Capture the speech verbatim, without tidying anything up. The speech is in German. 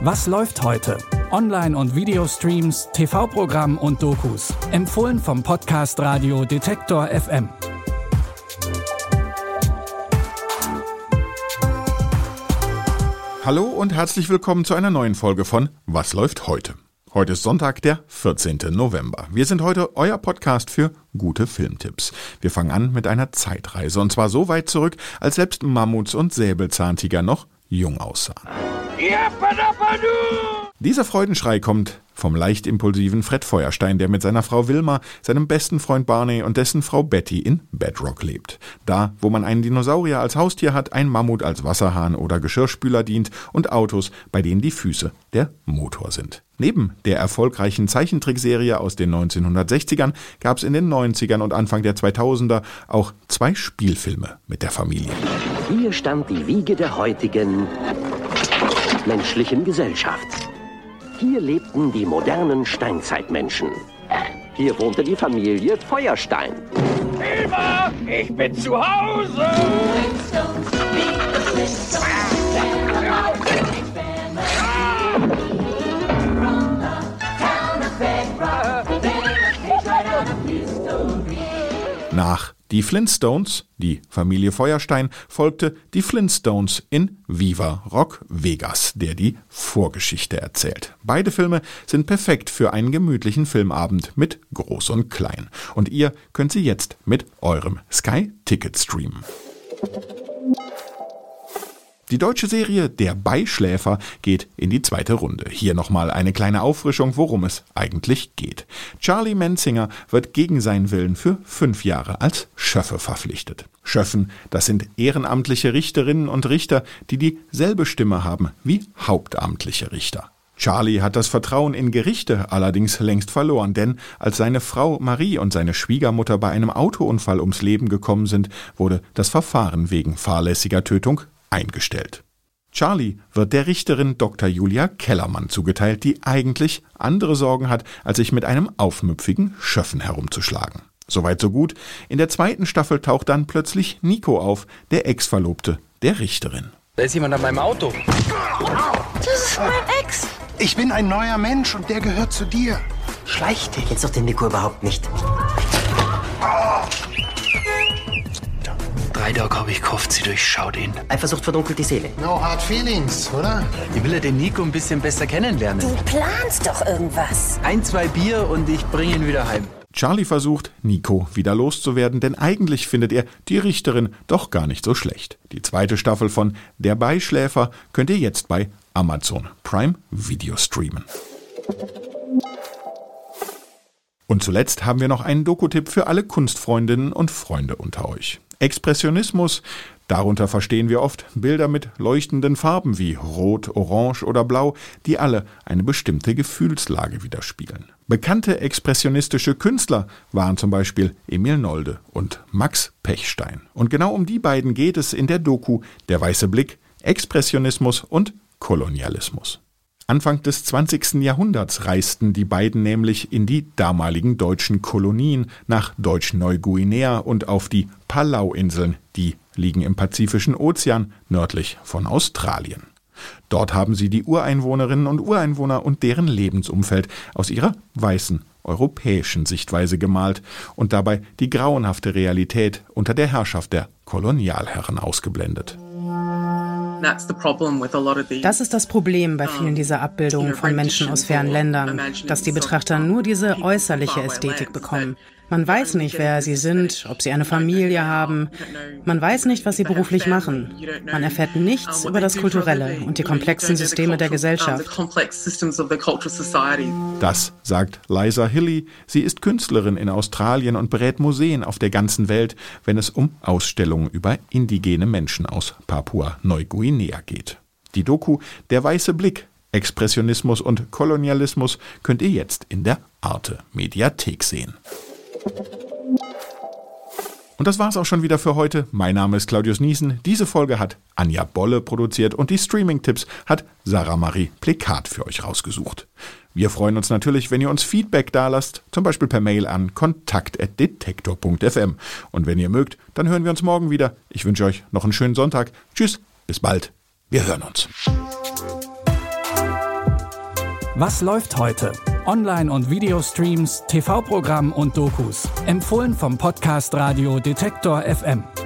Was läuft heute? Online- und Videostreams, T V-Programm und Dokus. Empfohlen vom Podcast Radio Detektor F M. Hallo und herzlich willkommen zu einer neuen Folge von Was läuft heute? Heute ist Sonntag, der vierzehnten November. Wir sind heute euer Podcast für gute Filmtipps. Wir fangen an mit einer Zeitreise und zwar so weit zurück, als selbst Mammuts und Säbelzahntiger noch jung aussahen. Dieser Freudenschrei kommt vom leicht impulsiven Fred Feuerstein, der mit seiner Frau Wilma, seinem besten Freund Barney und dessen Frau Betty in Bedrock lebt. Da, wo man einen Dinosaurier als Haustier hat, ein Mammut als Wasserhahn oder Geschirrspüler dient und Autos, bei denen die Füße der Motor sind. Neben der erfolgreichen Zeichentrickserie aus den neunzehnhundertsechzigern gab es in den neunzigern und Anfang der zweitausender auch zwei Spielfilme mit der Familie. Hier stand die Wiege der heutigen menschlichen Gesellschaft. Hier lebten die modernen Steinzeitmenschen. Hier wohnte die Familie Feuerstein. Wilma, ich bin zu Hause! Nach Die Flintstones, die Familie Feuerstein, folgte Die Flintstones in Viva Rock Vegas, der die Vorgeschichte erzählt. Beide Filme sind perfekt für einen gemütlichen Filmabend mit Groß und Klein. Und ihr könnt sie jetzt mit eurem Sky Ticket streamen. Die deutsche Serie Der Beischläfer geht in die zweite Runde. Hier nochmal eine kleine Auffrischung, worum es eigentlich geht. Charlie Menzinger wird gegen seinen Willen für fünf Jahre als Schöffe verpflichtet. Schöffen, das sind ehrenamtliche Richterinnen und Richter, die dieselbe Stimme haben wie hauptamtliche Richter. Charlie hat das Vertrauen in Gerichte allerdings längst verloren, denn als seine Frau Marie und seine Schwiegermutter bei einem Autounfall ums Leben gekommen sind, wurde das Verfahren wegen fahrlässiger Tötung eingestellt. Charlie wird der Richterin Doktor Julia Kellermann zugeteilt, die eigentlich andere Sorgen hat, als sich mit einem aufmüpfigen Schöffen herumzuschlagen. Soweit so gut. In der zweiten Staffel taucht dann plötzlich Nico auf, der Ex-Verlobte der Richterin. Da ist jemand an meinem Auto. Das ist mein Ex. Ich bin ein neuer Mensch und der gehört zu dir. Schleich dich. Kennst doch den Nico überhaupt nicht. Drei Dog habe ich gekauft, sie durchschaut ihn. Eifersucht verdunkelt die Seele. No hard feelings, oder? Ich will ja den Nico ein bisschen besser kennenlernen. Du planst doch irgendwas. Ein, zwei Bier und ich bringe ihn wieder heim. Charlie versucht, Nico wieder loszuwerden, denn eigentlich findet er die Richterin doch gar nicht so schlecht. Die zweite Staffel von Der Beischläfer könnt ihr jetzt bei Amazon Prime Video streamen. Und zuletzt haben wir noch einen Doku-Tipp für alle Kunstfreundinnen und Freunde unter euch. Expressionismus, darunter verstehen wir oft Bilder mit leuchtenden Farben wie Rot, Orange oder Blau, die alle eine bestimmte Gefühlslage widerspiegeln. Bekannte expressionistische Künstler waren zum Beispiel Emil Nolde und Max Pechstein. Und genau um die beiden geht es in der Doku Der weiße Blick, Expressionismus und Kolonialismus. Anfang des zwanzigsten Jahrhunderts reisten die beiden nämlich in die damaligen deutschen Kolonien nach Deutsch-Neuguinea und auf die Palau-Inseln, die liegen im Pazifischen Ozean nördlich von Australien. Dort haben sie die Ureinwohnerinnen und Ureinwohner und deren Lebensumfeld aus ihrer weißen europäischen Sichtweise gemalt und dabei die grauenhafte Realität unter der Herrschaft der Kolonialherren ausgeblendet. Das ist das Problem bei vielen dieser Abbildungen von Menschen aus fernen Ländern, dass die Betrachter nur diese äußerliche Ästhetik bekommen. Man weiß nicht, wer sie sind, ob sie eine Familie haben. Man weiß nicht, was sie beruflich machen. Man erfährt nichts über das Kulturelle und die komplexen Systeme der Gesellschaft. Das sagt Liza Hilly. Sie ist Künstlerin in Australien und berät Museen auf der ganzen Welt, wenn es um Ausstellungen über indigene Menschen aus Papua-Neuguinea geht. Die Doku Der weiße Blick, Expressionismus und Kolonialismus könnt ihr jetzt in der Arte Mediathek sehen. Und das war's auch schon wieder für heute. Mein Name ist Claudius Niesen. Diese Folge hat Anja Bolle produziert und die Streaming-Tipps hat Sarah Marie Plekat für euch rausgesucht. Wir freuen uns natürlich, wenn ihr uns Feedback dalasst, zum Beispiel per Mail an kontakt at detektor punkt f m. Und wenn ihr mögt, dann hören wir uns morgen wieder. Ich wünsche euch noch einen schönen Sonntag. Tschüss, bis bald. Wir hören uns. Was läuft heute? Online- und Videostreams, T V-Programm und Dokus. Empfohlen vom Podcast Radio Detektor F M.